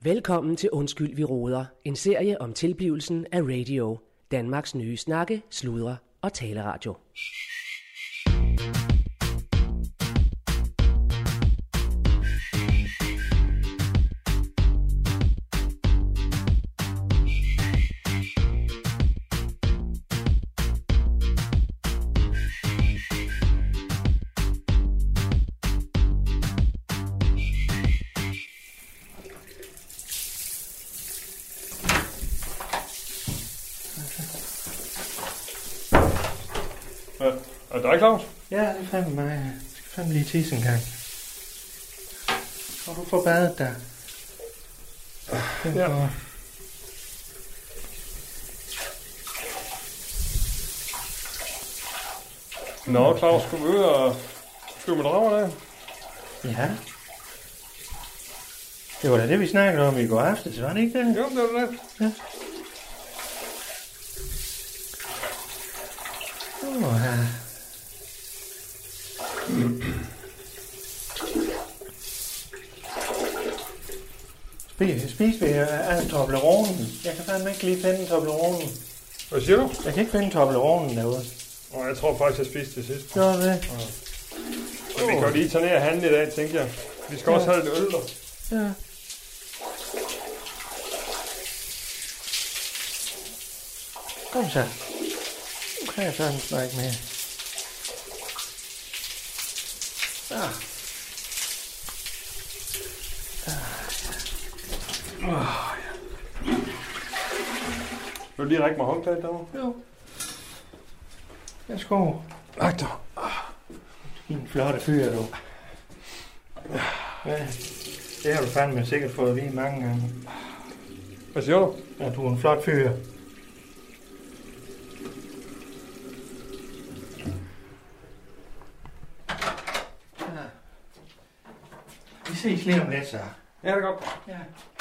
Velkommen til Undskyld, vi råder. En serie om tilblivelsen af radio. Danmarks nye snakke, sludre og taleradio. Er det dig, Claus? Ja, det er fandme mig. Jeg skal fandme lige tisse en gang. Har du fået badet der? Ja. Nå, Claus, skal du ud og flyve med dragerne? Ja. Det var da det, vi snakkede om i går aftes, var det ikke det? Jo, det var det. Ja. Ja. Spis ved Tobleronen. Jeg kan fandme ikke lige finde Tobleronen. Hvad siger du? Jeg kan ikke finde Tobleronen derude. Jeg tror faktisk, jeg spiste det sidst. Gør det? Ja. Vi kan jo lige tage ned og handle i dag, tænker jeg. Vi skal også have lidt øl der. Ja. Kom så. Nu kan jeg fandme snakke mere. Ja. Vil du lige række mig håndtaget derovre? Jo. Værsgo. Ræk dig. Din flotte fyr, du. Ja, det har du fandme sikkert fået at vide mange gange. Hvad siger du? Ja, du er en flot fyr. Ja. Vi ses lige om lidt, så. Ja, det er godt. Ja.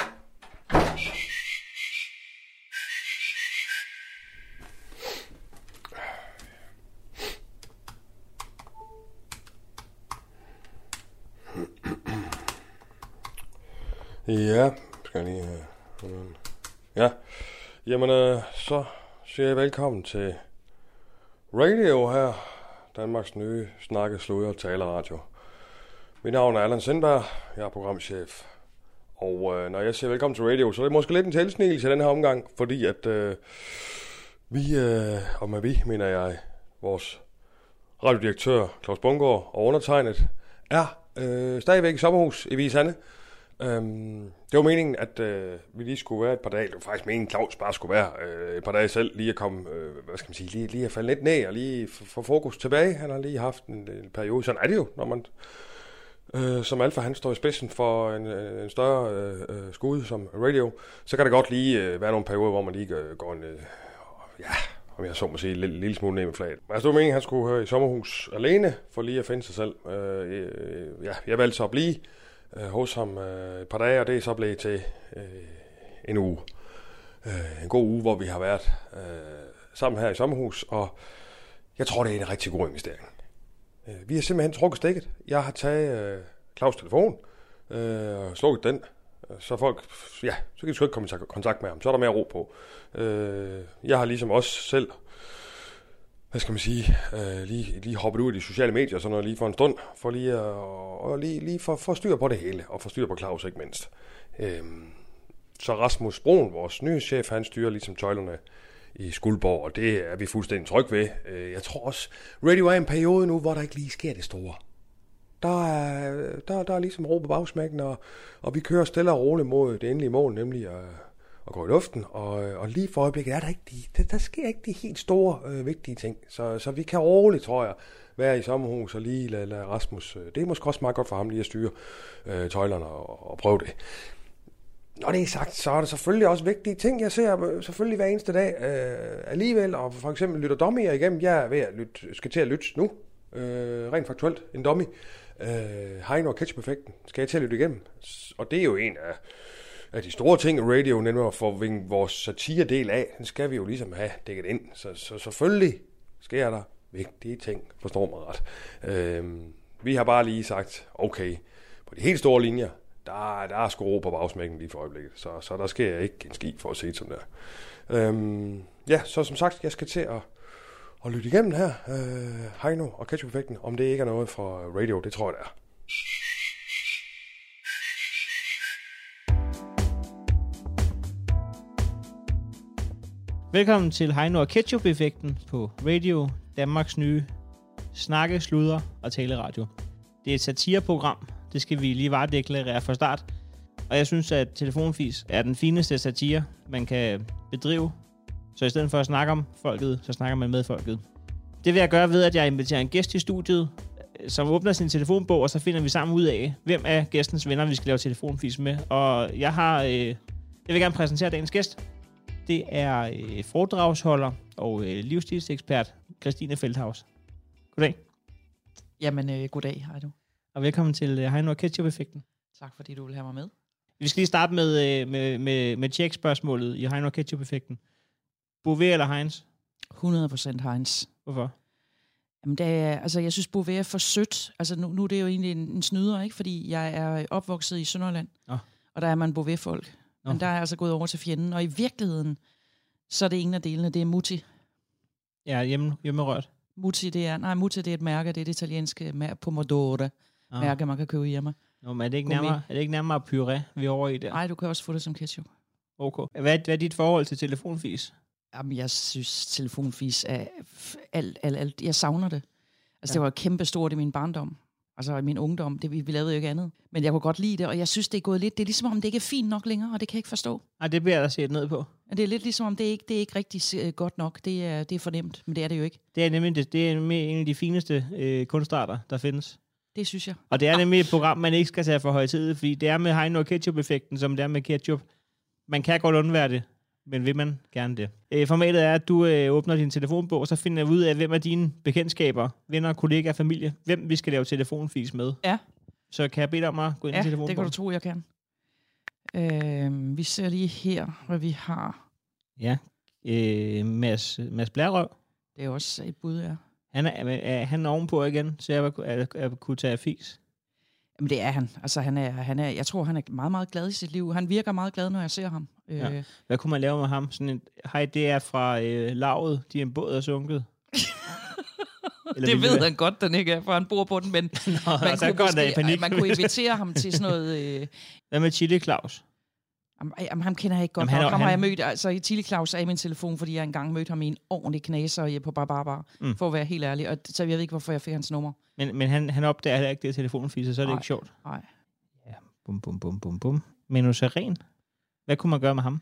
Ja, skal jeg lige ja, jamen så siger jeg velkommen til radio her, Danmarks nye snakke, sludre og taleradio. Mit navn er Allan Sindberg, jeg er programchef. Og når jeg siger velkommen til radio, så er det måske lidt en tilsnigelse i den her omgang, fordi at vi, og med vi mener jeg, vores radiodirektør Claus Bundgaard og undertegnet, er stadigvæk i sommerhus i Hvide Sande. Det var meningen, at vi lige skulle være et par dage. Det var faktisk meningen, Claus bare skulle være et par dage selv. Lige at komme, hvad skal man sige, lige at falde lidt ned og lige få fokus tilbage. Han har lige haft en periode. Sådan er det jo, når man som Alfa, han står i spidsen for en større skud som radio. Så kan det godt lige være nogle perioder, hvor man lige går en, om jeg så må sige, en lille smule ned med flaget. Altså, det var meningen, han skulle høre i sommerhus alene, for lige at finde sig selv. Jeg valgte så at blive hos ham et par dage, og det er så blevet til en uge. En god uge, hvor vi har været sammen her i sommerhus, og jeg tror, det er en rigtig god investering. Vi har simpelthen trukket stikket. Jeg har taget Claus' telefon og slukket den, så folk, så kan de sgu ikke komme i kontakt med ham. Så er der mere ro på. Jeg har ligesom også selv, hvad skal man sige, lige hoppet ud i de sociale medier, sådan noget lige for en stund, for lige for styr på det hele, og for styr på Claus ikke mindst. Så Rasmus Broen, vores nye chef, han styrer ligesom tøjlerne i Skuldborg, og det er vi fuldstændig tryg ved. Jeg tror også, radio er en periode nu, hvor der ikke lige sker det store. Der er ligesom ro på bagsmækken, og vi kører stille og roligt mod det endelige mål, nemlig at gå i luften, og lige for øjeblikket er der sker ikke de helt store, vigtige ting. Så vi kan roligt, tror jeg, være i sommerhus og lige lade Rasmus. Det er måske også meget godt for ham lige at styre tøjlerne og prøve det. Når det er sagt, så er der selvfølgelig også vigtige ting, jeg ser selvfølgelig hver eneste dag alligevel, og for eksempel lytter dummier igennem. Jeg er ved at skal til at lytte nu, rent faktuelt, en dummy. Heino og Ketchup-effekten skal jeg til at lytte igennem, og det er jo en af de store ting i radio, nemlig at få vores satire-del af, den skal vi jo ligesom have dækket ind. Så selvfølgelig sker der vigtige ting, forstår mig ret. Vi har bare lige sagt, okay, på de helt store linjer, der er sgu ro på bagsmækken lige for øjeblikket, så der sker ikke en ski for at se det som der. Så som sagt, jeg skal til at lytte igennem her, Heino og Ketchup-effekten, om det ikke er noget fra radio, det tror jeg, det er. Velkommen til Heino og Ketchup-effekten på Radio, Danmarks nye snakke, sludre og taleradio. Det er et satireprogram, det skal vi lige varedeklarere fra start. Og jeg synes, at telefonfis er den fineste satire, man kan bedrive. Så i stedet for at snakke om folket, så snakker man med folket. Det vil jeg gøre ved, at jeg inviterer en gæst i studiet, som åbner sin telefonbog, og så finder vi sammen ud af, hvem er gæstens venner, vi skal lave telefonfis med. Og jeg vil gerne præsentere dagens gæst. Det er foredragsholder og livsstilsekspert Christine Feldhaus. Goddag. Jamen, goddag, hej du. Og velkommen til Heino og Ketchup-effekten. Tak fordi du vil have mig med. Vi skal lige starte med check-spørgsmålet i Heino og Ketchup-effekten. Bouvet eller Heinz? 100% Heinz. Hvorfor? Jamen, jeg synes, Bouvet er for sødt. Altså, nu er det jo egentlig en snyder, ikke? Fordi jeg er opvokset i Sønderjylland, og der er man Bouvet-folk. Men der er jeg altså gået over til fjenden, og i virkeligheden, så er det en af delene, det er Mutti. Ja, hjemmerørt. Mutti, det er et mærke, det er det italienske Pomodoro-mærke, man kan købe hjemme. Nå, men er det ikke nærmere puré, vi er over i det? Nej, du kan også få det som ketchup. Okay. Hvad er dit forhold til telefonfis? Jamen, jeg synes, telefonfis er alt. Jeg savner det. Altså, det var kæmpestort i min barndom. Altså, i min ungdom. Vi lavede jo ikke andet. Men jeg kunne godt lide det, og jeg synes, det er gået lidt. Det er ligesom, om det ikke er fint nok længere, og det kan jeg ikke forstå. Nej, det bliver der set ned på. Det er lidt ligesom, om det er ikke rigtig godt nok. Det er fornemt, men det er det jo ikke. Det er nemlig en af de fineste kunstarter, der findes. Det synes jeg. Og det er nemlig et program, man ikke skal tage for højtid, fordi det er med Heino og Ketchup-effekten, som det er med ketchup. Man kan godt undvære det, men vil man gerne det. Formatet er, at du åbner din telefonbog, og så finder vi ud af, hvem er dine bekendtskaber, venner, kollegaer, familie, hvem vi skal lave telefonfis med. Ja. Så kan jeg bede dig om at gå ind i telefonbogen? Ja, det kan du tro, jeg kan. Vi ser lige her, hvad vi har. Ja, Mads Blærerøv. Det er også et bud, ja. Han er ovenpå igen, så jeg kunne tage fis. Jamen det er han. Altså jeg tror, han er meget, meget glad i sit liv. Han virker meget glad, når jeg ser ham. Ja. Hvad kunne man lave med ham? Sådan hej, det er fra Lavet, de er en båd er sunket. Det ved han godt, den ikke er, for han bor på den, men man kunne invitere ham til sådan noget... Hvad med Chili Claus? Jamen, ham kender jeg ikke godt. Ham har jeg mødt. Altså, Chili Claus er i min telefon, fordi jeg engang mødte ham i en ordentlig knaser på Bar. For at være helt ærlig. Og så jeg ved ikke, hvorfor jeg fik hans nummer. Men han opdager heller ikke det telefonfisse, så er det ikke sjovt. Nej. Ja, bum. Manu Seren. Hvad kunne man gøre med ham?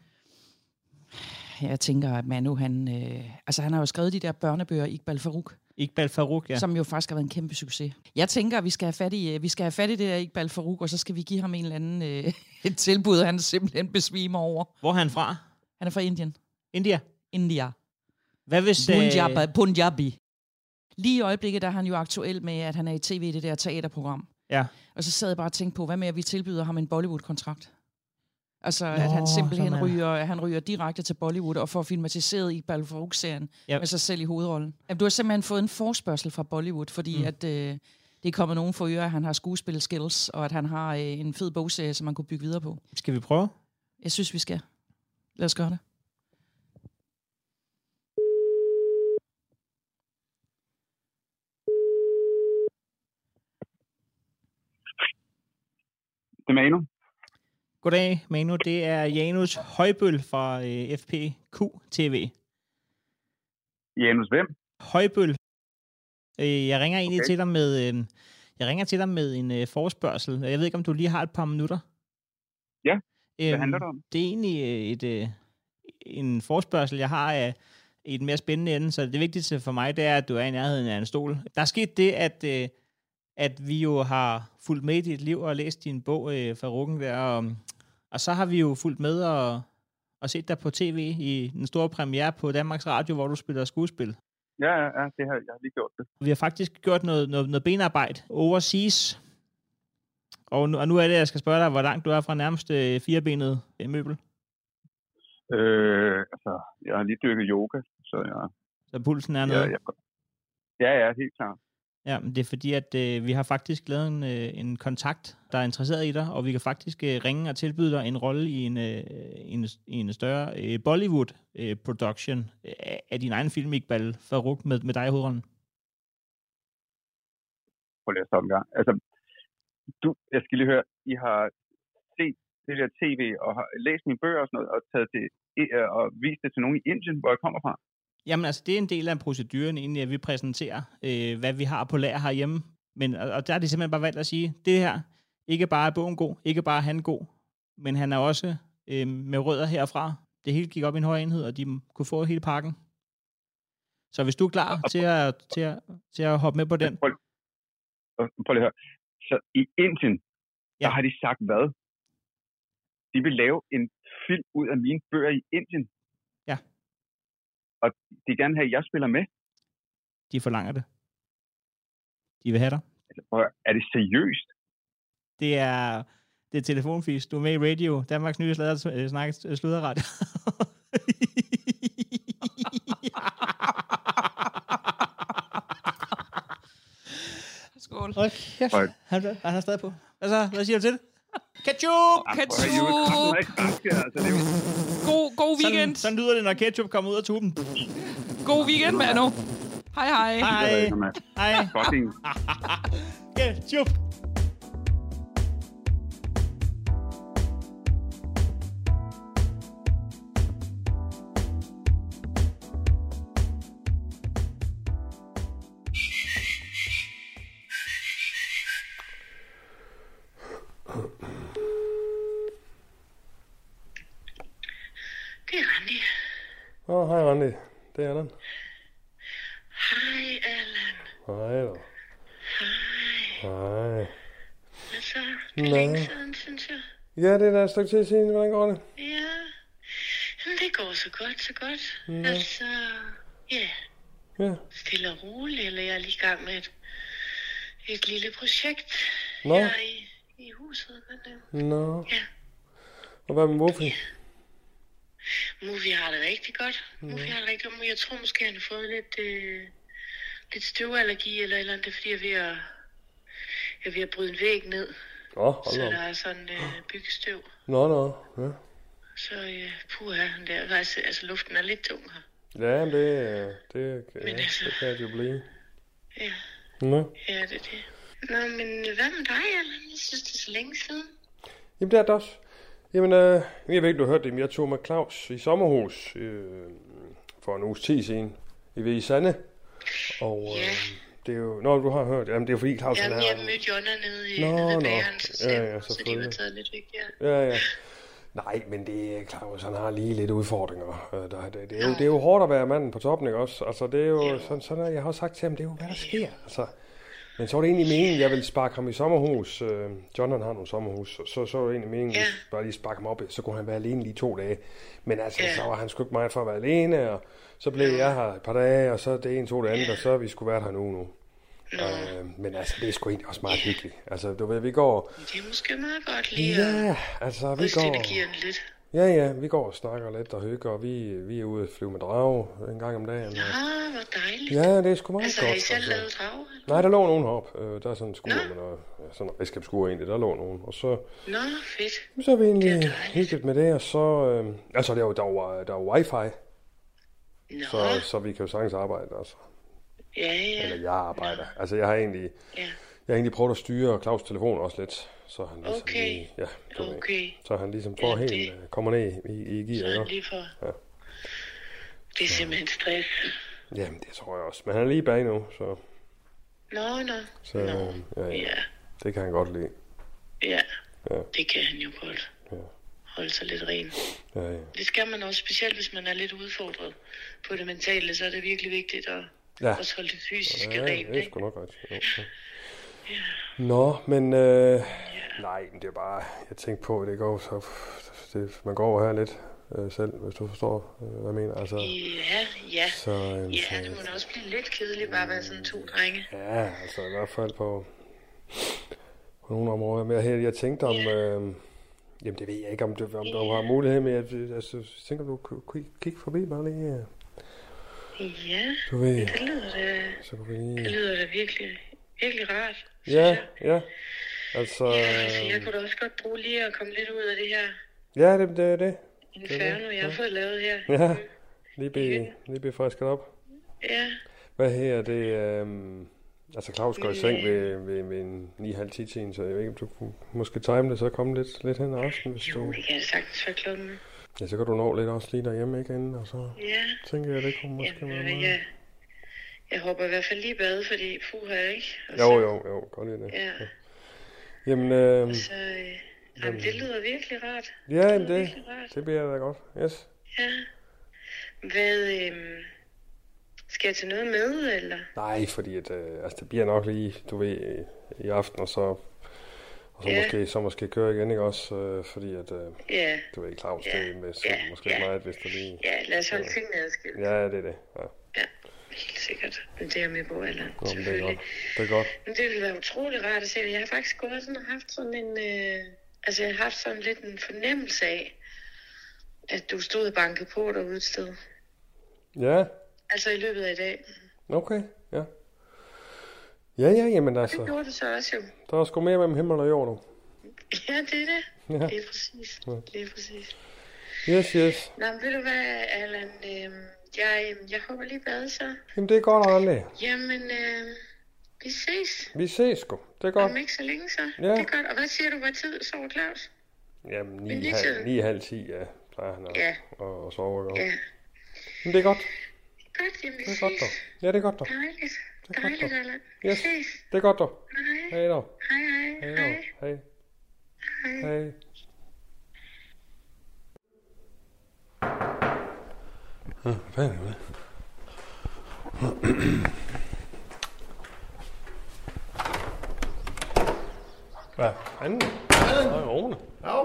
Jeg tænker, at Manu, han har jo skrevet de der børnebøger, Iqbal Farooq, ja. Som jo faktisk har været en kæmpe succes. Jeg tænker, at vi skal have fat i det der Iqbal Farooq, og så skal vi give ham en eller anden et tilbud, han simpelthen besvimer over. Hvor er han fra? Han er fra Indien. India. Hvad hvis... Punjabi. Lige i øjeblikket, der er han jo aktuel med, at han er i tv i det der teaterprogram. Ja. Og så sad jeg bare og tænkte på, hvad med, at vi tilbyder ham en Bollywood-kontrakt? Altså, at han simpelthen ryger direkte til Bollywood og får filmatiseret Iqbal Farooq-serien med sig selv i hovedrollen. Jamen, du har simpelthen fået en forespørgsel fra Bollywood, fordi at det er kommet nogen for øre, at han har skuespil-skills, og at han har en fed bogserie, som man kunne bygge videre på. Skal vi prøve? Jeg synes, vi skal. Lad os gøre det. Det er Manu. Goddag, Manu. Det er Janus Højbøl fra FPQ TV. Janus hvem? Højbøl. Jeg ringer egentlig til dig med en forespørgsel. Jeg ved ikke, om du lige har et par minutter. Ja, hvad handler det om? Det er egentlig en forespørgsel, jeg har i et mere spændende ende, så det vigtigste for mig, det er, at du er i nærheden af en stol. Der er sket det, at vi jo har fulgt med i dit liv og læst din bog fra Ruggen der, og så har vi jo fulgt med og set dig på tv i den store premiere på Danmarks Radio, hvor du spiller skuespil. Ja, det har jeg lige gjort det. Vi har faktisk gjort noget benarbejde overseas, og nu er det, jeg skal spørge dig, hvor langt du er fra nærmeste firebenet møbel. Jeg har lige dykket yoga, så jeg... Så pulsen er nede? Ja, helt klart. Ja, men det er fordi, at vi har faktisk lavet en kontakt, der er interesseret i dig, og vi kan faktisk ringe og tilbyde dig en rolle i en større Bollywood-production af din egen film, Iqbal Farooq, med dig i hovedrollen. Prøv lige at stoppe en gang. Altså, jeg skal lige høre, I har set det der tv og har læst mine bøger og sådan noget, og taget det og vist det til nogen i Indien, hvor jeg kommer fra. Jamen altså, det er en del af proceduren egentlig, at vi præsenterer, hvad vi har på lager herhjemme. Men, og der er det simpelthen bare valgt at sige, det her, ikke bare er bogen god, ikke bare er han god, men han er også med rødder herfra. Det hele gik op i en høj enhed, og de kunne få hele pakken. Så hvis du er klar til at hoppe med på den. Prøv lige at høre. Så i Indien, der har de sagt hvad? De vil lave en film ud af mine bøger i Indien. Ja. Og de vil gerne have, at jeg spiller med. De forlanger det. De vil have dig. Altså, er det seriøst? Det er telefonfis. Du er med i Radio. Danmarks nye sludderradio. Skål. Okay. Han er stadig på. Hvad siger du til det? Ketchup! God weekend. Sådan lyder det, når ketchup kommer ud af tuben. God weekend, Manu. Hej. Hej. Fucking. Ketchup! Det er Randi. Hej Randi. Det er Allan. Hej, Allan. Hej da. Hej. Hvad så? Det er længe siden, synes jeg. Ja, det er da et stykke tid siden. Hvordan går det? Ja. Jamen, det går så godt. Ja. Altså, ja. Stille og roligt. Eller jeg er lige i gang med et lille projekt her i huset. Nå. Ja. Og hvad med Muffy? Muffy har det rigtig godt. Jeg tror måske, han har fået lidt støvallergi eller andet. Det er fordi, jeg er ved at bryde en væg ned. Så der er sådan byggestøv. Nå, ja. Så han der. Altså, luften er lidt tung her. Ja, det kan det jo blive. Ja. Nå. Ja, det er det. Nå, men hvad med dig, Allan? Jeg synes, det er så længe siden. Jamen, det er det også. Jamen, jeg ved ikke, du har hørt det, men jeg tog med Claus i sommerhus for en uges tid siden i Hvide Sande. Og det er jo... Nå, du har hørt. Jamen, det er fordi Claus... Jamen, jeg mødte Jonna nede ved bageren, så de var taget lidt væk, Ja. Nej, men det er Claus, han har lige lidt udfordringer. Det er jo hårdt at være manden på toppen, ikke også? Altså, det er jo sådan, jeg har også sagt til ham, det er jo, hvad der sker. Altså, men så var det egentlig meningen, jeg ville sparke ham i sommerhus. John han har nogle sommerhus, så var det egentlig meningen, at bare lige sparke ham op, så kunne han være alene lige 2 dage. Men altså, så var han sgu ikke meget for at være alene, og så blev jeg her et par dage, og så det ene, 2, det andet, og så har vi sgu været her nu. Men altså, det er sgu egentlig også meget hyggeligt. Altså, du ved, vi går... Det er måske meget godt lige altså, vi går... lidt. Ja, vi går og snakker lidt og hygger, og vi er ude at flyve med drage en gang om dagen. Nå, hvor dejligt. Ja, det er sgu meget godt. Har I selv lavet drage? Nej, der lå nogen heroppe. Der er sådan en skur med noget, sådan en redskabsskur egentlig, der lå nogen. Og så... Nå, fedt. Så er vi egentlig hygget med det, og så... altså, der er wifi. Så vi kan jo sagtens arbejde, altså. Ja. Eller jeg arbejder. Altså, jeg har egentlig prøvet at styre Claus' telefon også lidt. Så han ligesom så han ligesom får helt kommer ned i gear. Så lige for. Ja. Det er simpelthen stress. Jamen, det tror jeg også. Men han er lige bag nu, så... Nå. Så, ja. Det kan han godt lide. Ja, det kan han jo godt. Ja. Holde sig lidt ren. Ja. Det skal man også, specielt hvis man er lidt udfordret på det mentale, så er det virkelig vigtigt at også holde det fysiske rent. Ja, det er sgu nok rigtigt. Ja. Nå, men nej, det er bare, jeg tænkte på, det går så, man går over her lidt selv, hvis du forstår, hvad jeg mener. Altså, ja. Så, det må da også blive lidt kedeligt, bare at være sådan 2 drenge. Ja, altså i hvert fald på nogle områder. Men jeg tænkte om, jamen det ved jeg ikke, om du har mulighed med, altså, jeg tænker, om du kunne kigge forbi mig lige. Ja, du ved, det lyder da virkelig virkelig rart. Ja, ja. Altså... jeg kunne da også godt bruge lige at komme lidt ud af det her. Ja, det er det. Inferno, jeg har fået lavet her. Ja, lige blive frisket op. Ja. Hvad her det... Altså Claus går i seng ved en 9:30 tiden, så jeg ved ikke, om du kunne måske time det, så komme lidt hen ad aften, hvis du... det kan jeg sagtens være klokken. Ja, så kan du nå lidt også lige derhjemme igen, og så tænker jeg, det kunne måske være meget. Jeg hopper i hvert fald lige bad, fordi puha, ikke? Jo, godt i det. Ja. Jamen, jamen, det lyder virkelig rart. Ja, det bliver da godt. Yes. Ja. Hvad, skal jeg tage noget med, eller? Nej, fordi at, det bliver nok lige, du ved, i aften, og så måske køre igen, ikke også? Fordi at, du ved, Claus, det er måske meget, hvis der lige... Ja, lad os holde tingene adskilt. Ja, det er det, ja. Helt sikkert. Men det er jeg med på, Allan. Selvfølgelig. Det er godt. Men det ville være utrolig rart at se det. Jeg har faktisk gået sådan og haft sådan en... jeg har haft sådan lidt en fornemmelse af, at du stod og bankede på derude et sted. Ja. Altså i løbet af i dag. Okay, ja. Ja, jamen altså... Det gjorde du så også jo. Der er sgu mere mellem himmel og jord, du. Ja, det er det. Ja. Det er præcis. Ja. Det er præcis. Yes. Nå, men ved du hvad, Allan? Jeg hopper lige bad, så. Jamen, det er godt, Arne. Jamen, vi ses. Vi ses sgu. Det er godt. Om ikke så længe, så. Ja. Det er godt. Og hvad siger du, hvad tid sover Claus? Jamen, 9:30, ja, plejer han at sove. Ja. Men det er godt. Godt, jamen, vi ses. Det er godt, dog. Ja, det er godt, dog. Dejligt, Allan. Yes, ses. det er godt, dog. Hej. Hej, dog. Hej. Hej. Hvad er det med? Hvad fanden? Hvad er Rune?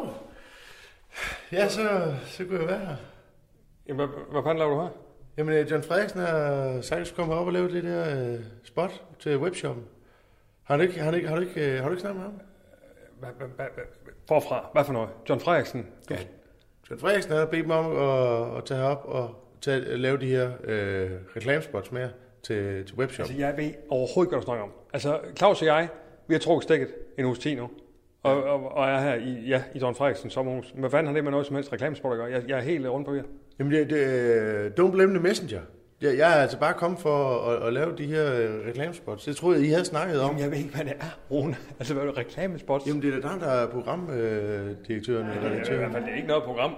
Ja, så kunne jeg være her. Jamen, hvad fanden laver du her? Jamen, John Frederiksen har sagt, komme op og lave det der spot til webshoppen. Har du ikke snakket med ham? Forfra? Hvad for noget? John Frederiksen? Ja. John Frederiksen har bedt mig om at tage op og lave de her reklamespots med til webshoppen. Altså, jeg ved overhovedet ikke, hvad du snakker om. Altså, Claus og jeg, vi har trukket stikket en uges tid nu. Og er her i John Frederiksens sommerhus. Hvad fanden har det med noget som helst reklamesport at gøre? Jeg er helt rundt på jer. Jamen, don't blame the messenger. Jeg er altså bare kommet for at lave de her reklamespots. Det troede jeg, I havde snakket om. Jamen, jeg ved ikke, hvad det er, Rune. Altså, hvad er det reklamespots? Jamen, det er der er programdirektøren. Det er i hvert fald ikke noget program.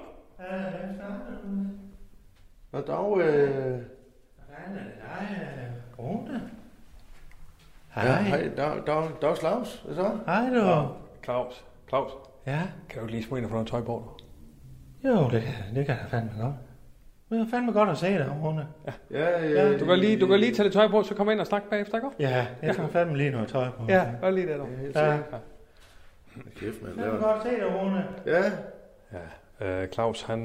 Nå, dog... Hvad er det dig, Rune? Hej. Ja, hej. Dag Claus. Hvad så? Hej du. Claus. Ja? Kan du ikke lige små ind og få noget tøj på? Jo, det kan jeg fandme godt. Men det er fandme godt at se dig, Rune. Ja. Du kan lige tage det tøj på, så kom ind og snak bagefter, ikke? Ja, jeg tager fandme lige noget tøj på. Ja, gør lige det, dog. Ja. Kæft, man. Det er godt at se dig, Rune. Ja. Claus, han...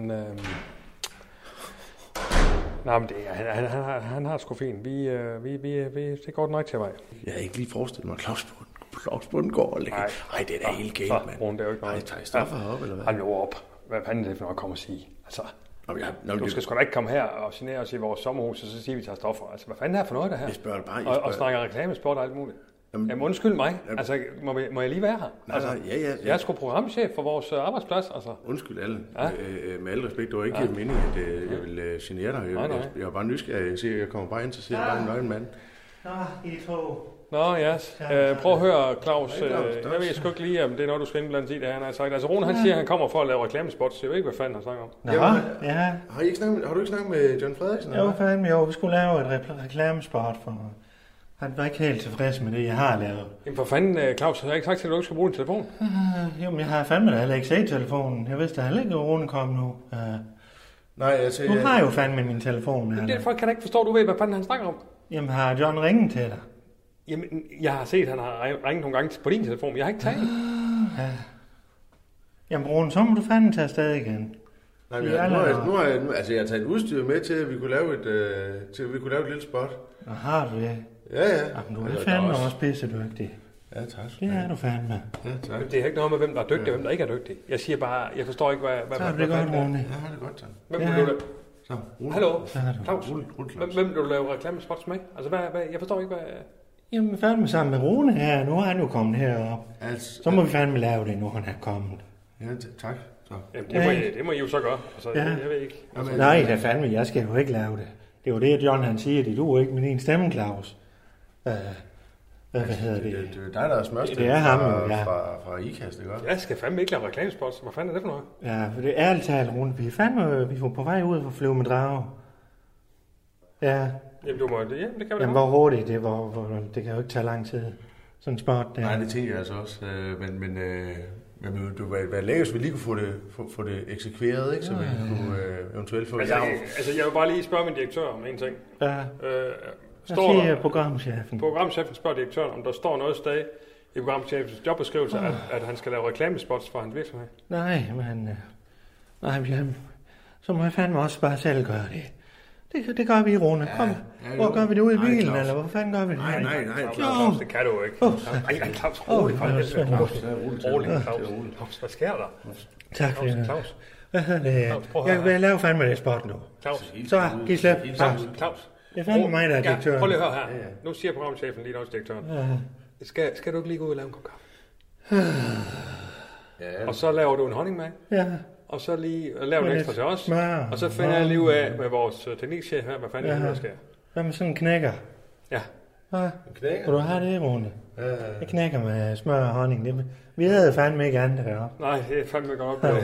Nej, men han har det sgu fint. Det går den rigtig vej. Jeg har ikke lige forestillet mig, Claus Bundgaard. Nej, det er da helt galt, mand. Rune, det er jo ikke noget. Ej, tager I stoffer op, eller hvad? Hold nu op. Hvad fanden er det for noget at komme og sige? Altså, du skal sgu da ikke komme her og genere os i vores sommerhus, og så sige, at vi tager stoffer. Altså, hvad fanden er det for noget, det her? Jeg spørger bare. Og snakker reklamesport og alt muligt. Jamen undskyld mig. Altså, må jeg lige være her? Altså, ja. Jeg er sgu programchef for vores arbejdsplads, altså. Undskyld, Allan. Ja? Med al respekt, det var ikke meningen, at jeg ville genere dig. Jeg var bare nysgerrig. Jeg kommer bare ind til at se en nøgen mand. Nå, I to. Nå, ja. Prøv at høre, Claus. Jeg ved sgu ikke lige, om det er noget, du skal indblande i det, han har sagt. Altså, Rune, han siger, at han kommer for at lave reklamespots. Jeg ved ikke, hvad fanden han snakker om. Nå, ja. Har du ikke snakket med John Frederiksen? Jo, vi skulle lave et reklamespot for... Han var ikke helt tilfreds med det, jeg har lavet. Jamen for fanden, Claus, har jeg ikke sagt til, at du ikke skal bruge din telefon? Jo, men jeg har fandme da heller ikke set telefonen. Jeg vidste da heller ikke, at Rune kom nu. Nej, altså... Nu har jeg jo fandme min telefon. Jamen, det folk kan da ikke forstå, du ved, hvad fanden han snakker om. Jamen, har John ringet til dig? Jamen, jeg har set, at han har ringet nogle gange på din telefon, men jeg har ikke taget. Ja. Jamen, Rune, så må du fandme tage afsted igen. Nej, men jeg har taget udstyr med til, at vi kunne lave et lille spot. Nå, har du det? Ja. Jamen, du er fandme også pissedygtig. Ja, tak. Det er du fandme. Ja, tak. Men det er ikke noget med, hvem der er dygtig og hvem der ikke er dygtig. Jeg siger bare, jeg forstår ikke, hvad så er det godt, Rune. Ja, det er godt, tak. Hvem vil du lave? Så, Hallo, Claus. Hvem vil du lave reklamespots med? Altså, jeg forstår ikke, hvad... Jamen, fandme sammen med Rune her. Nu er han jo kommet herop. Altså, så må vi fandme lave det, nu han er kommet. Ja, tak. Så. Jamen, det må I jo så gøre. Altså, ja. Jeg ved ikke. Altså, nej, det er fandme, jeg skal jo ikke lave det. Det var det, John han siger, det du ikke med din stemme, Claus. Hvad hedder det? Det er dig, der er smørstemme. Det er ham, ja. Fra IKAST, ikke også? Jeg skal fandme ikke lave reklamespots. Hvad fanden er det for noget? Ja, for det er ærligt talt, Rune. Vi var på vej ud for at flyve med drage. Ja. Jamen, du må, det kan vi da. Jamen, hvor hurtigt det var, det kan jo ikke tage lang tid. Sådan en spot der. Nej, det tænker jeg altså også. Men du var lækkert, vi lige kunne få det eksekveret, ikke? Så vi kunne eventuelt få... Altså, jeg vil bare lige spørge min direktør om en ting. Ja. Hvad siger programchefen? Programchefen spørger direktøren, om der står noget sted i programchefens jobbeskrivelse, at han skal lave reklamespots for hans virksomhed. Nej, men... så må jeg fandme også bare selv gøre det. Det gør vi, Rune. Kom. Hvor gør vi det ude i bilen, eller hvor fanden gør vi det? Nej, Claus, det kan du ikke. Nej, Claus, rolig. Claus, hvad sker der? Tak for det. Claus. Hvad hedder det? Jeg vil lave fandme det spot nu. Claus. Så, giv slip. Claus. Det er fandme mig, der er direktøren. Prøv lige at høre her. Nu siger programchefen lige også direktøren. Skal du ikke lige gå ud og lave en kop kaffe? Og så laver du en honning med. Ja. Og så lige lave en ekstra til os. Og så finder jeg lige ud af med vores teknikchef her, hvad fanden der sker. Hvad med sådan en knækker? Ja. Vil du have det, Rune? Jeg knækker med smør og honning. Vi havde fandme ikke andet deroppe. Nej, det er fandme godt op.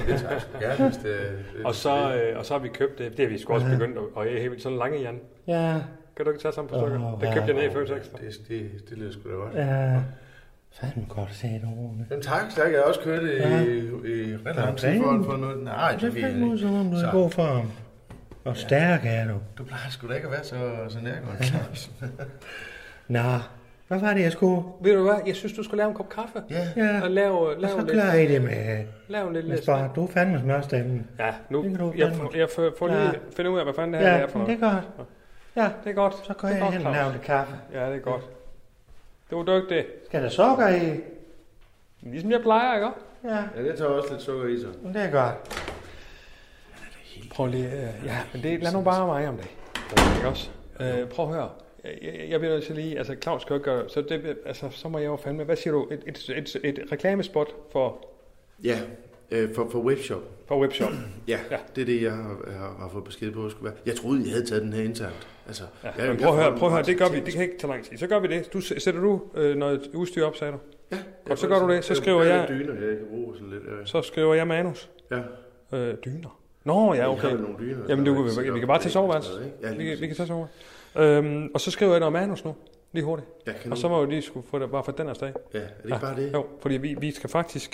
Og så har vi købt det. Det har vi sgu også begyndt at æde helt sådan lange, Jan. Ja. Kan du ikke tage sammen på stykker? Det købte jeg ned i Føtex Ekstra. Det lyder sgu da godt. Ja. Fandme godt at se det, Rune. Jamen tak. Jeg har også kørt i relativt tid for noget. Nej, det er fandme som om du er god for ham. Og stærk er du. Du plejer sgu da ikke at være så nærgående. Nå, hvad var det, jeg skulle? Ved du hvad? Jeg synes, du skulle lave en kop kaffe. Ja. Og lave så klarer I det med... Lave lidt spart. Du er fandme smørstemmen. Ja, nu... Jeg får lige finde ud af, hvad fanden det her er for noget. Ja, det er godt. Ja, det er godt. Så går jeg hen og laver det kaffe. Ja, det er godt. Det var dygtigt. Skal der sukker i? Ligesom jeg plejer, ikke? Ja, det tager også lidt sukker i sig. Det er godt. Prøv lige... Ja, men det lad nu bare mig om det. Ikke også? Prøv at høre. Jeg bliver nødt til lige... Altså, Claus skal jo ikke gøre... Så må jeg jo fandme... Hvad siger du? Et reklamespot for... Ja, for webshop. For webshop. Ja, det er det, jeg har fået besked på, at skulle være. Jeg troede, I havde taget den her internt. Altså, men prøv at høre, det gør vi. Det kan ikke tage lang tid. Så gør vi det. Sætter du noget udstyr op, sagde du? Ja. Og så gør du det. Så skriver jeg... Dyner, jeg kan bruge sådan lidt. Så skriver jeg manus. Ja. Dyner. Nå, ja, okay. Jamen, vi kan bare tage soveværelse. Vi kan tage soveværelse. Og så skriver jeg noget manus nu. Lige hurtigt. Og så må vi lige skulle få det bare for den afsted. Ja, er det ikke bare det? Jo, fordi vi skal faktisk...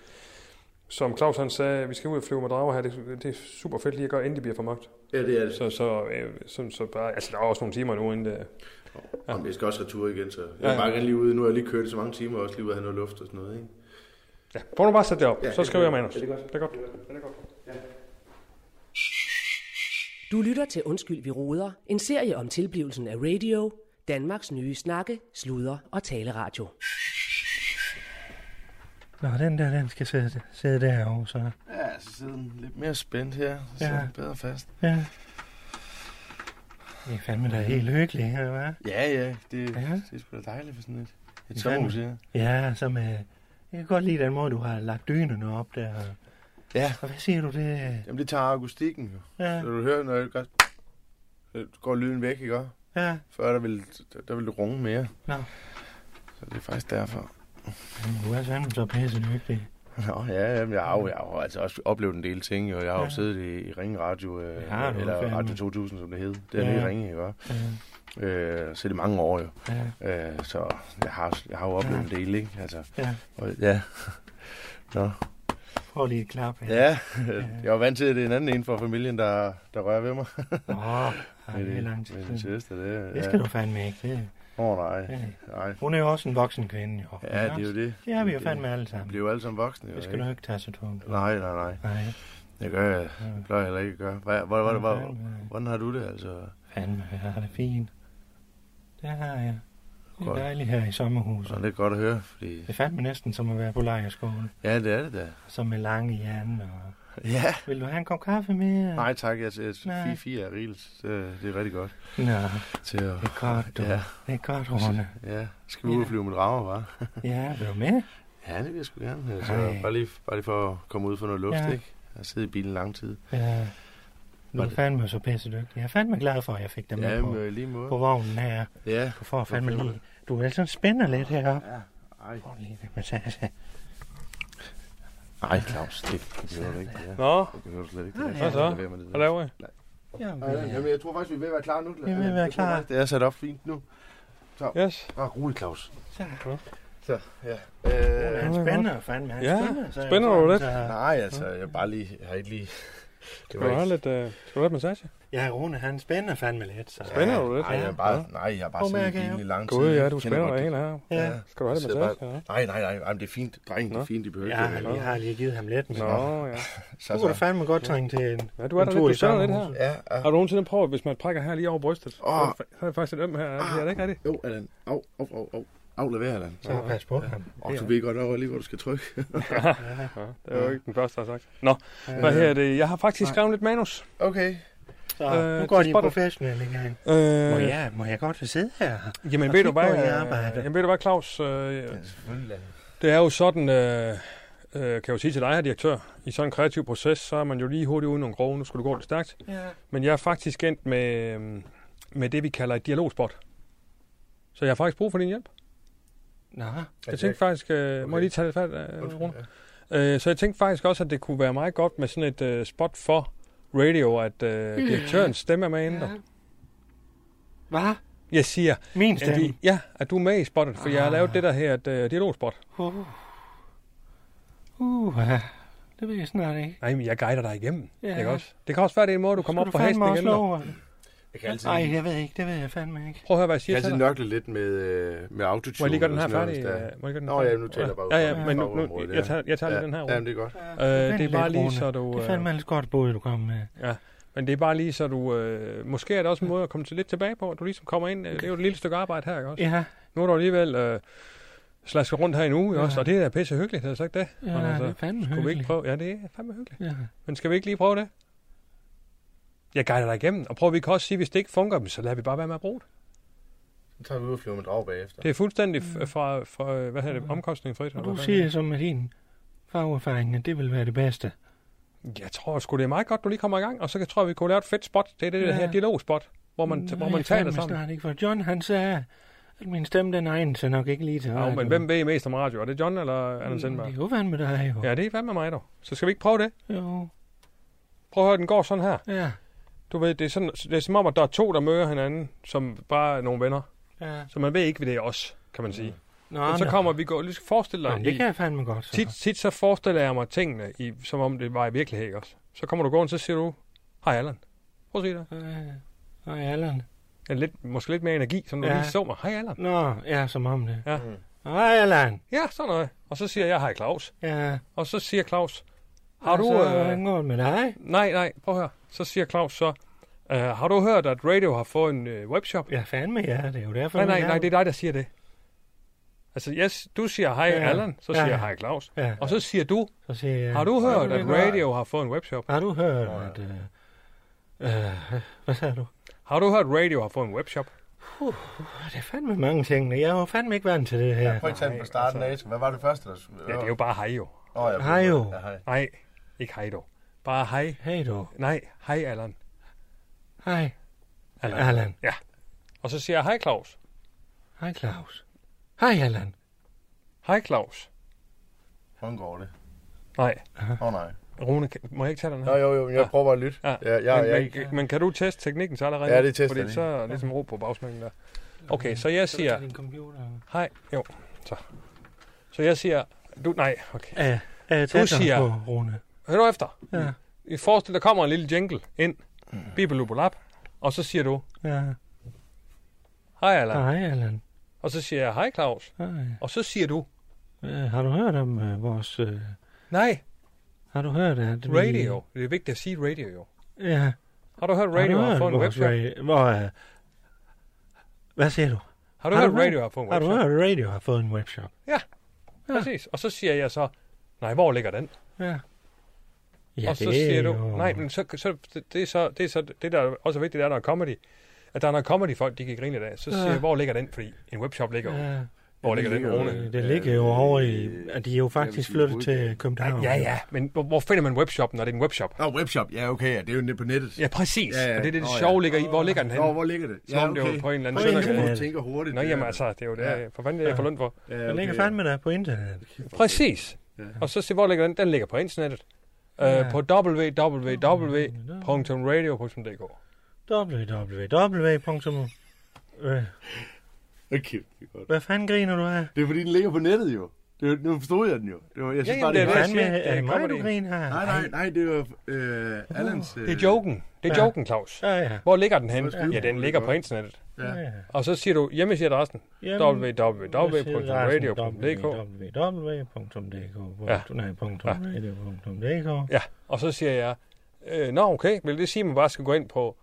Som Claus han sagde, vi skal ud og flyve med drager her. Det er super fedt lige at gøre, inden det bliver for mørkt. Ja, det er det. Så bare, altså der er også nogle timer nu, inden det... Ja. Jeg skal også retur igen, så jeg er bare gerne lige ude. Nu har jeg lige kørt så mange timer, også lige ude at have noget luft og sådan noget, ikke? Ja, prøv nu bare at sætte det op. Ja, så skriver jeg med os. Ja, det er godt. Det er godt. Ja. Du lytter til Undskyld, vi roder. En serie om tilblivelsen af radio. Danmarks nye snakke, sludre og taleradio. Nå, den skal sidde derovre, så. Ja, så sidder den lidt mere spændt her. Så bedre fast. Ja. Det er fandme da helt hyggeligt her, hva'? Ja. Det er sgu da dejligt for sådan et sommerhus her. Ja, så med... Jeg kan godt lide den måde, du har lagt dynerne op der. Ja. Og hvad siger du det? Jamen, det tager akustikken jo. Ja. Så du hører, når jeg går lyden væk, ikke? Ja. Før der vil det runge mere. Nå. Så det er faktisk derfor. Jamen, du er fandme så pisse hyggeligt. Nå, ja, jeg har altså også oplevet en del ting, og jeg har jo siddet i Ringe Radio, eller Radio 2000, som det hed. Det er i Ringe, ikke? Så det er mange år jo. Ja. Så jeg har jo oplevet en del, ikke? Altså, Nå. Prøv lige et klap. Ja, jeg var vant til, at det er en anden en fra familien, der rører ved mig. Det er lang tid. Det skal du fandme ikke. Nej. Hun er jo også en voksen kvinde, jo. Ja, det er jo det. Det er vi jo fandme alle sammen. Vi bliver jo alle sammen voksne, jo. Det skal du ikke tage så tungt. Nej. Det gør jeg. Det plejer jeg heller ikke at gøre. Hvordan har du det, altså? Fandme, jeg har det fint. Det har jeg. Det er dejligt her i sommerhuset. Det er godt at høre, fordi... Det er fandme næsten som at være på lejrskole. Ja, det er det da. Som med lange hjerner Ja. Vil du have en kop kaffe mere? Nej, tak. Jeg 4 er rigeligt. Det er rigtig godt. Nå, til at, det er godt, du. Ja. Det er godt, Rune. Ja, skal vi ud og flyve med drager, hva'? Ja, vil du med? Ja, det vil jeg sgu gerne. Altså, bare lige for at komme ud for noget luft, ikke? Jeg har siddet i bilen lang tid. Ja. Du er fandme så pisse dygtig. Jeg er fandme glad for, at jeg fik dem med på vognen her. Ja. Du får fandme lige. Du er altså spænder lidt heroppe. Ja. Ej. Får lige lidt massage. Nej, Claus, det behøver du ikke. Ja. Nå. Det behøver du slet ikke. Hvad så? Hvad laver I? Jamen, jeg tror faktisk, vi er ved at være klar nu. Vi er ved at være klar. Det er sat op fint nu. Så. Yes. Rolig, Claus. Så, ja. Han spænder fandme. Spænder du lidt? Nej, altså, jeg har ikke lige... Skal du have lidt massage? Ja, Rune, han spænder fandme lidt. Så. Spænder du lidt? Nej, jeg har bare siddet i bilen i lang tid. Gud, ja, du spænder dig helt her. Ja. Skal du have lidt massage? Nej, det er fint. Dreng, det er fint, de behøver ikke. Jeg har lige givet ham lidt. Nå, ja. Så kunne du fandme godt trænge til en ja, du er der lidt, du spænder lidt her. Ja. Har du nogensinde prøvet, hvis man trækker her lige over brystet? Så er det faktisk lidt øm her. Er det ikke rigtigt? Jo, Allan. Au, lad være, Allan. Så pas på ham. Og du ved godt over lige, hvor du skal trykke. Det er jo ikke den første, jeg har sagt. Nå, hvad her er det? Jeg har faktisk skrevet lidt manus. Okay. Så nu går de professionelt en gang. Må jeg godt sidde her? Jamen ved du hvad, Claus? Det er jo sådan, kan jeg jo sige til dig her, direktør, i sådan en kreativ proces, så er man jo lige hurtigt uden nogle grove. Nu skulle det gå lidt stærkt. Ja. Men jeg er faktisk endt med det, vi kalder et dialogspot. Så jeg har faktisk brug for din hjælp. Nå. Jeg tænkte faktisk, må jeg lige tage lidt fat, Rune? Så jeg tænkte faktisk også, at det kunne være meget godt med sådan et spot for radio, at direktørens stemme er med inde. Hvad? Jeg siger, min stemme? At du er med i spottet, for jeg har lavet det der her, et dialogspot. Det ved jeg snart ikke. Nej, men jeg guider dig igennem. Ikke også? Det kan også være, det er en måde, du kommer op på hesten igen. Nej, jeg ved ikke. Det ved jeg fandme ikke. Prøv at høre, hvad jeg siger til dig. Jeg har altid nørklet lidt med autotune. Må jeg lige gøre den her færdig? Nå ja, nu taler jeg bare. Ja, men nu jeg tager lige den her. Ja, det er godt. Det er bare lige, så du... Det er fandme ellers godt både, du kommer med. Ja, men det er bare lige, så du... Måske er det også en måde at komme lidt tilbage på, at du ligesom kommer ind. Det er jo et lille stykke arbejde her, ikke også? Ja. Nu er du alligevel... slasket rundt her i en uge, også, og det er pisse hyggeligt, har jeg sagt det? Ja, det er fandme hyggeligt. Ja, det er fandme hyggeligt. Ja. Men skal vi ikke lige prøve det? Jeg guider dig igennem, og vi kan også sige, hvis det ikke fungerer, så lader vi bare være med at bruge det. Så tager vi ud og flyver med drag bagefter. Det er fuldstændig fra hvad hedder det, omkostningsfrit. Og du siger så med din fagerfaring, at det vil være det bedste. Jeg tror sgu, det er meget godt, du lige kommer i gang, og så tror jeg, vi kunne lave et fedt spot. Det er det her dialogspot, hvor man taler sammen. Ikke, for John, han sagde, at min stemme, den egner sig nok ikke lige til radio. Men hvem ved mest om radio? Er det John eller Anders Sindberg? Det er jo fandme dig, jo. Ja, det er fandme mig, dog. Så skal vi ikke prøve det? Jo. Prøv at høre, den går sådan her. Ja. Du ved, det er som om, at der er to, der møder hinanden, som bare er nogle venner. Ja. Så man ved ikke, hvad det er os, kan man sige. Men så kommer vi lige forestille dig. Det kan jeg fandme godt. Tit så forestiller jeg mig tingene, som om det var i virkelighed også. Så kommer du gående, så siger du, hej Allan. Prøv at sige det. Hej Allan. Måske lidt mere energi, som du lige så mig. Hej Allan. Nå, ja, som om det. Ja. Hej Allan. Ja, sådan noget. Og så siger jeg, hej Claus. Ja. Og så siger Claus, har du... hvordan går det med dig? Nej, prøv at høre. Så siger Claus så, har du hørt, at Radio har fået en webshop? Ja, fandme ja, det er jo derfor. Nej, det er dig, der siger det. Altså, du siger hej Allan, så siger jeg hej Claus. Ja. Og så siger du, har du hørt, at Radio har fået en webshop? Har du hørt, at... hvad sagde du? Har du hørt, at Radio har fået en webshop? Det er fandme mange ting. Jeg har fandme ikke vant til det her. Ja, prøv at tage den fra starten af. Hvad var det første, der... Ja, det er jo bare hej jo. Hej jo. Nej, ikke hej dog. Bare hej. Hej dog. Nej, hej Allan. Hej. Allan. Ja. Og så siger jeg hej Claus. Hej Claus. Hej Allan. Hej Claus. Hvordan går det? Nej. Nej. Rune, må jeg ikke tage den her? Jo, jeg prøver at lytte. Ja. Men kan du teste teknikken så allerede? Ja, det tester fordi så er ligesom ro på bagsmængen der. Okay, så jeg siger... Hej, jo. Så jeg siger... okay. Du siger... På, Rune. Hør du efter? Ja. I forestil, der kommer en lille jingle ind. Bibelubulap. Og så siger du... Ja. Hej Allan. Hej Allan. Og så siger jeg, hej Claus. Hej. Og så siger du... har du hørt om vores... Nej. Har du hørt at Radio. Det er vigtigt at sige radio jo. Ja. Har du hørt Radio har fået en webshop? Hvad siger du? Har du hørt Radio har fået en webshop? Har du hørt Radio har fået en webshop? Ja. Præcis. Og så siger jeg så, nej, hvor ligger den? Ja. Ja, og så siger du, nej, men så det er så det der også er vigtigt, der er noget comedy, at der er noget comedy-folk, de kan grine lidt af. Så siger jeg, hvor ligger den? Fordi en webshop ligger jo. Hvor ligger den, Rune? Det ligger jo over i, at de er jo faktisk flyttet til København. Ja, men hvor finder man webshoppen, når det er en webshop? Webshop, ja, okay, det er jo på nettet. Ja, præcis, og det er det sjove ligger i. Hvor ligger den henne? Hvor ligger det? Ja, okay. Det er jo på en eller anden søndergade. Du tænker hurtigt. Nå, jamen altså, det er jo det, for fanden det er for løn for. Den ligger fandme der på internet. Præcis. Og så se, hvor ligger den? Den ligger på internettet. På www.radio.dk. Okay. Hvad fanden griner du af? Det er fordi, den ligger på nettet jo. Nu forstod jeg den jo. Jeg synes bare, det er mig, du griner her? Nej, det er jo Allans... Det er joken. Det er joken, Claus. Ja. Hvor ligger den hen? Ja, den ligger på internettet. Ja. Og så siger du hjemmesideadressen. www.radio.dk. Ja, og så siger jeg, okay, vil det sige, at man bare skal gå ind på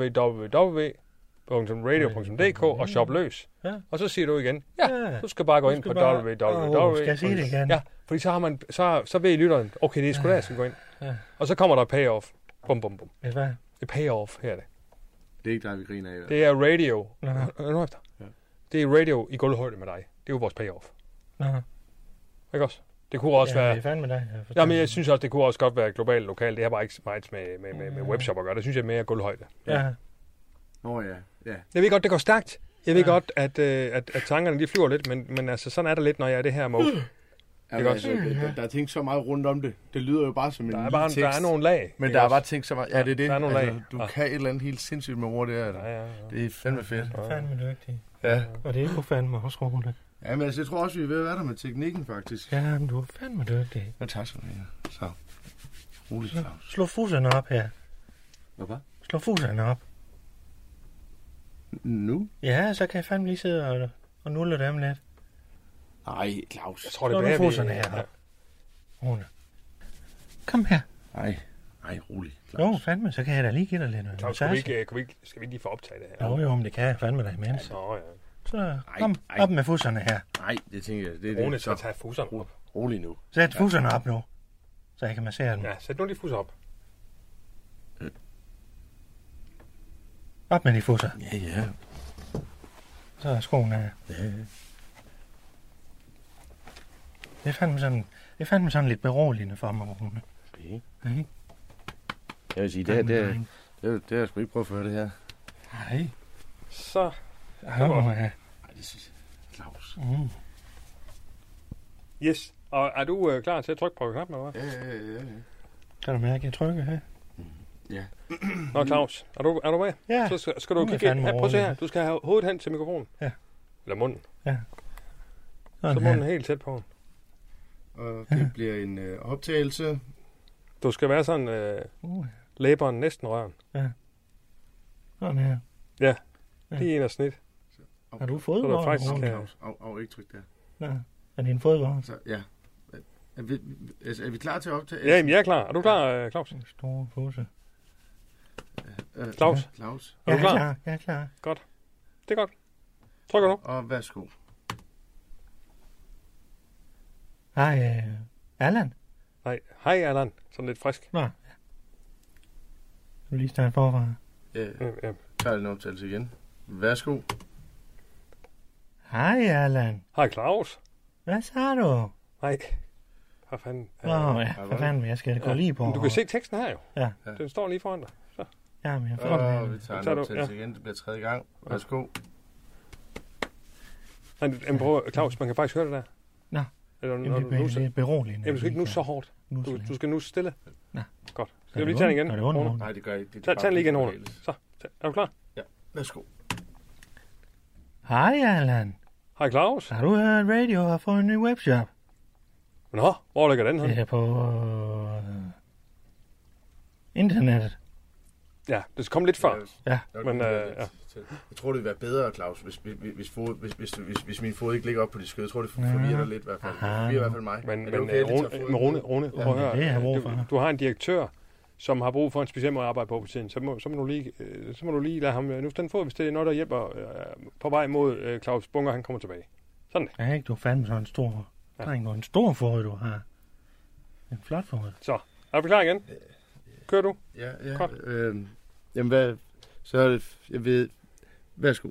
www.radio.dk og shop løs. Ja. Og så siger du igen, du skal bare gå ind på www. Skal jeg sige det igen? Ja, fordi så har man, så ved lytteren, okay, det er sgu da, jeg skal gå ind. Ja. Og så kommer der payoff. Bum. Hvad? Det er payoff, her er det. Det er ikke dig, vi griner af. Det er radio. Nu efter. Ja. Det er radio i gulvhøjde med dig. Det er jo vores payoff. Ikke også? Det kunne også være... det er fandme med dig. Men jeg synes også, det kunne også godt være globalt lokalt. Det har bare ikke meget med webshop at gøre. Det synes jeg er mere gulvhøjde. Ja. Jeg ved godt, det går stærkt. Jeg ved godt, at tankerne de flyver lidt, men altså, sådan er der lidt, når jeg er det her mode. Der er tænkt så meget rundt om det. Det lyder jo bare som en lille tekst. Der er nogle lag. Men der er bare tænkt så meget. Ja, det er det. Der er nogle lag. Du kan et eller andet helt sindssygt med ord der. Ja. Det er fandme fedt. Det er fandme dygtig. Ja. Og det er jo fandme også Rune. Ja, men altså, jeg tror også, vi er ved at være der med teknikken, faktisk. Ja, men du er fandme dygtig. Ja, tak skal du have. Så. Rolig, Claus. Slå fusserne op her. Hvad? Slå fusserne op. Nu? Ja, så kan jeg fandme lige sidde og nulle dem lidt. Nej, Claus. Jeg tror, det er bedre, fusserne her. Rune. Kom her. Nej, rolig, Claus. Jo, fandme, så kan jeg da lige give dig lidt. Claus, skal vi ikke lige få optaget det her? Jo, men det kan jeg fandme da imens. Nå, ja. Så kom op med fusserne her. Nej, det tænker jeg. Rune skal tage fusserne op. Rolig nu. Sæt fusserne op nu, så jeg kan massere dem. Ja, sæt nu de fusser op. Op med de fusser. Ja. Så er skoene her. Ja. Det er fandme sådan lidt beroligende for mig, Rune. Okay. Jeg vil sige, det har jeg sgu ikke prøvet før, det her. Nej. Så. Nej, det synes jeg. Claus. Yes. Og er du klar til at trykke på knappen, eller hvad? Ja. Kan du mærke, at jeg trykker her? Ja. Nå, Claus, er du med? Ja. Så skal du kigge ind. Prøv at se her. Du skal have hovedet hen til mikrofonen. Ja. Eller munden. Ja. Så munden helt tæt på. Og det bliver en optagelse. Du skal være sådan læberen næsten røren. Ja. Sådan her. Ja. Lige en og snit. Har du fodvogn? Så faktisk ikke tryk der. Ja. Er det en fodvogn? Så, ja. Er vi klar til at optage? Ja, jeg er klar. Er du klar, Claus? En stor pose. Claus? Er du klar? Jeg er klar. Godt. Det er godt. Trykker du? Og værsgo. Hej, Allan. Nej, hej Allan. Sådan lidt frisk. Nå, ja. Du lige starte forfra. Ja. Tager en optagelse igen. Værsgo. Hej, Allan. Hej, Claus. Hvad sagde du? Nej. Hvad fanden? Hvad fanden? Jeg skal gå lige på. Du kan se teksten her jo. Ja. Den står lige foran dig. Så. Ja, men jeg får den. Vi tager en optagelse igen. Det bliver tredje gang. Værsgo. Claus, man kan faktisk høre det der. Nå. Det er beroligende. Jamen, du skal ikke nu så hårdt. Du skal nu stille. Nå. Godt. Skal vi lige tage den igen? Nej, det gør ikke. Tag den lige igen, Rune. Så. Er du klar? Ja. Værsgo. Hej, Allan. Hej, Claus. Har du hørt radio og fået en ny webshop? Nå, hvor ligger den her? Det er på internettet. Ja, det kom lidt før. Ja. Men, jeg tror, det vil være bedre, Claus, hvis min fod ikke ligger op på dit skød. Jeg tror, det forvirrer dig lidt i hvert fald. Det forvirrer i hvert fald mig. Men Rune, prøv at høre. Du har en direktør, som har brug for en speciel måde at arbejde på tiden. Så må du lige lade ham nu den fod, hvis det er noget, der hjælper på vej mod Claus Bunker, han kommer tilbage. Sådan det. Ja, ikke? Du er fandme sådan en stor dreng, og en stor fod, du har. En flot fod. Så, Er du klar igen? Kører du? Ja. Jamen, hvad... Så er det... Jeg ved... Værsgo.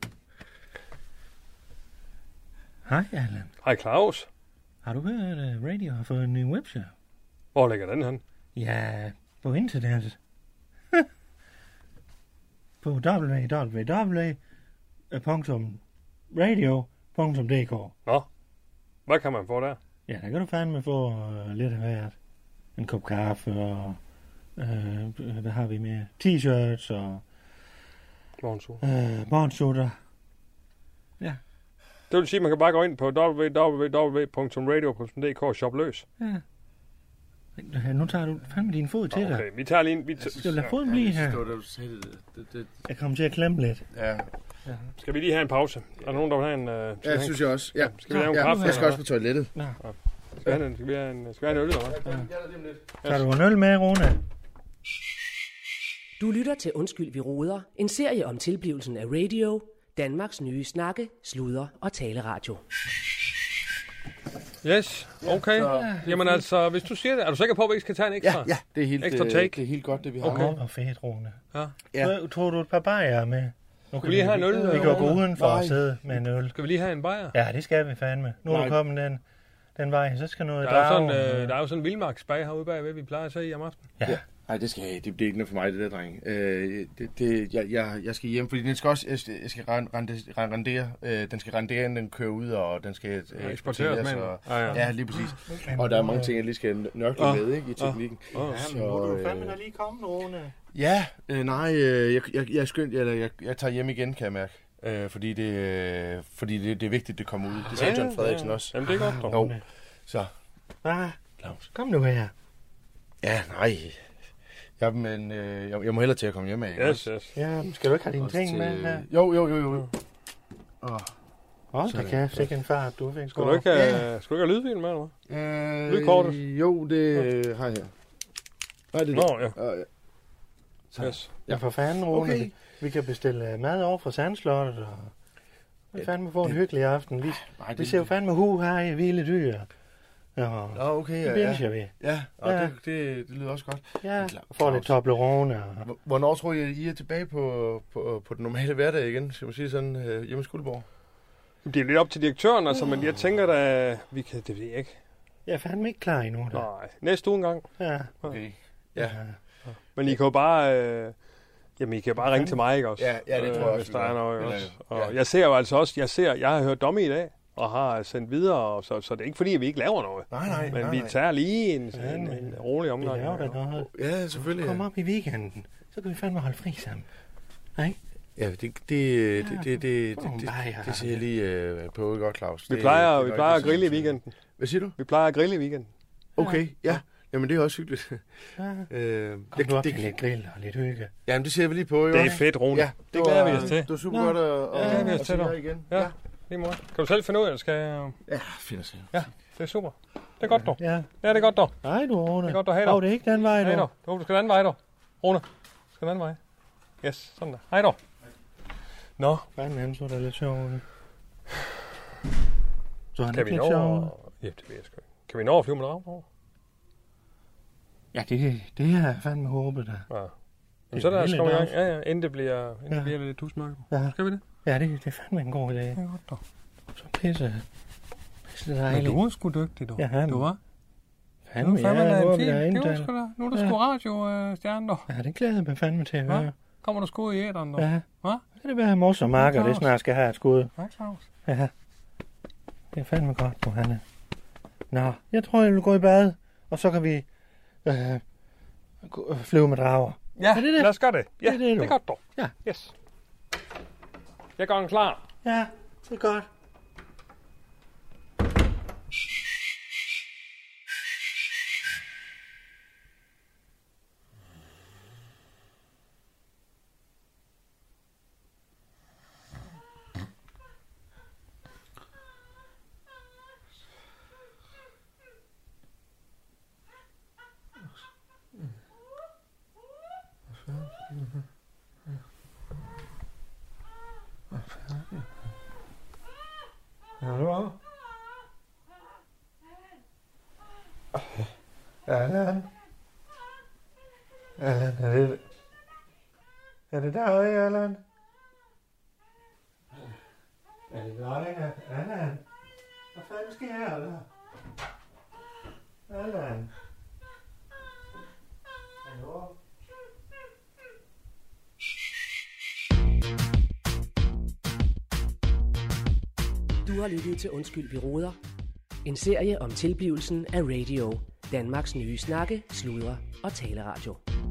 Hej, Allan. Hej, Claus. Har du hørt, at Radio har fået en ny webshop? Hvor ligger den hen? Ja, på internettet. På www.radio.dk. Nå, hvad kan man få der? Ja, der kan du fandme få lidt af hvert. En kop kaffe og... hvad har vi med? T-shirts og... Morgensutter. Ja. Det vil sige, at man kan bare gå ind på www.radio.dk og shoppe løs. Ja. Nu tager du fandme din fod til dig. Okay, vi tager lige en... Skal du lade foden blive her? Jeg kommer til at klemme lidt. Ja. Skal vi lige have en pause? Er der nogen, der vil have en... Ja, synes jeg også. Ja. Skal vi have en kaffe? Jeg skal også på toilettet. Ja. Skal vi have en øl, eller hvad? Ja. Tager du en øl med, Rune? Du lytter til Undskyld, vi roder. En serie om tilblivelsen af radio. Danmarks nye snakke, sludre og taleradio. Yes, okay. Jamen altså, hvis du siger det, er du sikker på, at vi ikke skal tage en ekstra? Ja, det er helt, ekstra take? Det er helt godt, det vi har. Okay. Hvor fedt, Rune. Ja. Tror du et par bajer med? Nu kan vi lige have en øl. Vi kan gå udenfor og sidde med en øl. Skal vi lige have en bajer? Ja, det skal vi fandme. Nu er du kommet den vej, så skal noget drage. Der er jo sådan en vildmarksbaj herude bagved, vi plejer at se i om aftenen. Ja. Nej, det bliver ikke noget for mig, det der, dreng. Jeg skal hjem, fordi den skal også, jeg skal rendere. Den skal rendere, inden den kører ud, og den skal eksporteres. Ja, lige præcis. Okay. Og der er mange ting, jeg lige skal nørkle med, ikke, i teknikken. Så må du fandme da lige komme, Rune. Ja, jeg tager hjem igen, kan jeg mærke. Fordi det er vigtigt, det kommer ud. Det sagde John Frederiksen også. Jamen, det er godt, dog. Så. Claus, kom nu her. Ja, nej. Jeg må hellere til at komme hjem af. Yes. Ja, skal du ikke have dine ting med her? Jo. Der kan ikke en fart, du fik. Skal du ikke have lydvin med, eller hvad? Lydkortet? Jo, det har jeg. Nej, det er det. Nå, ja. Yes. Ja, for fanden, Rune. Okay. Vi kan bestille mad over fra Sandslottet, og vi fandme få en hyggelig aften. Vi ser jo fandme her i vilde dyr. Ja, okay. Det binger vi. Ja, det lyder også godt. Ja, får lidt Toblerone. Hvornår tror I er tilbage på den normale hverdag igen? Skal man sige sådan hjemme i Skuldborg? Det er lidt op til direktøren, altså, men jeg tænker da, vi kan, det ved jeg ikke. Jeg er fandme ikke klar endnu. Da. Nej, næste uge engang. Ja. Okay. Ja. Men I kan jo bare... Jamen, I kan bare ringe til mig, ikke også? Ja, det tror jeg også. Hvis der er noget, også. Og jeg ser jo altså også, jeg har hørt Domme i dag, og har sendt videre, så det er ikke fordi, vi ikke laver noget. Nej. Men vi tager lige en rolig omgang. Vi laver da noget. Ja, selvfølgelig. Kom op i weekenden, så kan vi fandme holde fri sammen. Nej? Ja, det siger jeg lige på godt, Claus. Vi plejer at grille i weekenden. Hvad siger du? Vi plejer at grille i weekenden. Okay, ja. Jamen, det er også hyggeligt. Ja. Kom du op til lidt grill og lidt hygge. Jamen, det ser vi lige på, jo. Det er fedt, Rune. Ja, det glæder vi os til. Det er super godt at se dig igen. Ja, lige måde. Kan du selv finde ud af, eller skal jeg... Ja, finder sig. Ja, det er super. Det er godt, dog. Ja, det er godt, dog. Nej, du, Rune. Det er godt, dog. Hej, dog. Det er ikke den vej, dog. Du skal den anden vej, dog. Rune, skal den anden vej. Yes, sådan der. Hej, dog. Nå. Fanden, så er det lidt sjovt. Så han kan vi lidt sjovt. Ja, det ved jeg sgu. Kan vi nå at flyve med dragen over? Ja, det har fandme håbet da. Ja. Jamen, så er der skov i gang. Ja, inden det bliver lidt tusmørke. Ja. Skal vi det? Ja, det er fandme en god idé. Det er godt, dog. Så pisse dejligt. Men du er sgu dygtig, du. Ja, du var? Fandme, nu er du sgu radiostjerne, dog. Ja, det glæder jeg mig fandme til at høre. Kommer du sgu i æderen, dog? Ja. Kan det være mos og marker, det snart skal have et skud? Ja. Det er fandme godt, du, Hanne. Nå, jeg tror, jeg vil gå i bad, og så kan vi flyve med drager. Ja, lad os gøre det. Ja, det er godt, dog. Ja. Yes. Jeg går klar. Ja, det er godt. Hallo? Allan? Er det dig, Allan? Er det dig, Allan? Hvad fanden sker der? Allan? Hallo? Du har lyttet til Undskyld, vi roder. En serie om tilblivelsen af radio. Danmarks nye snakke, sludre og taleradio.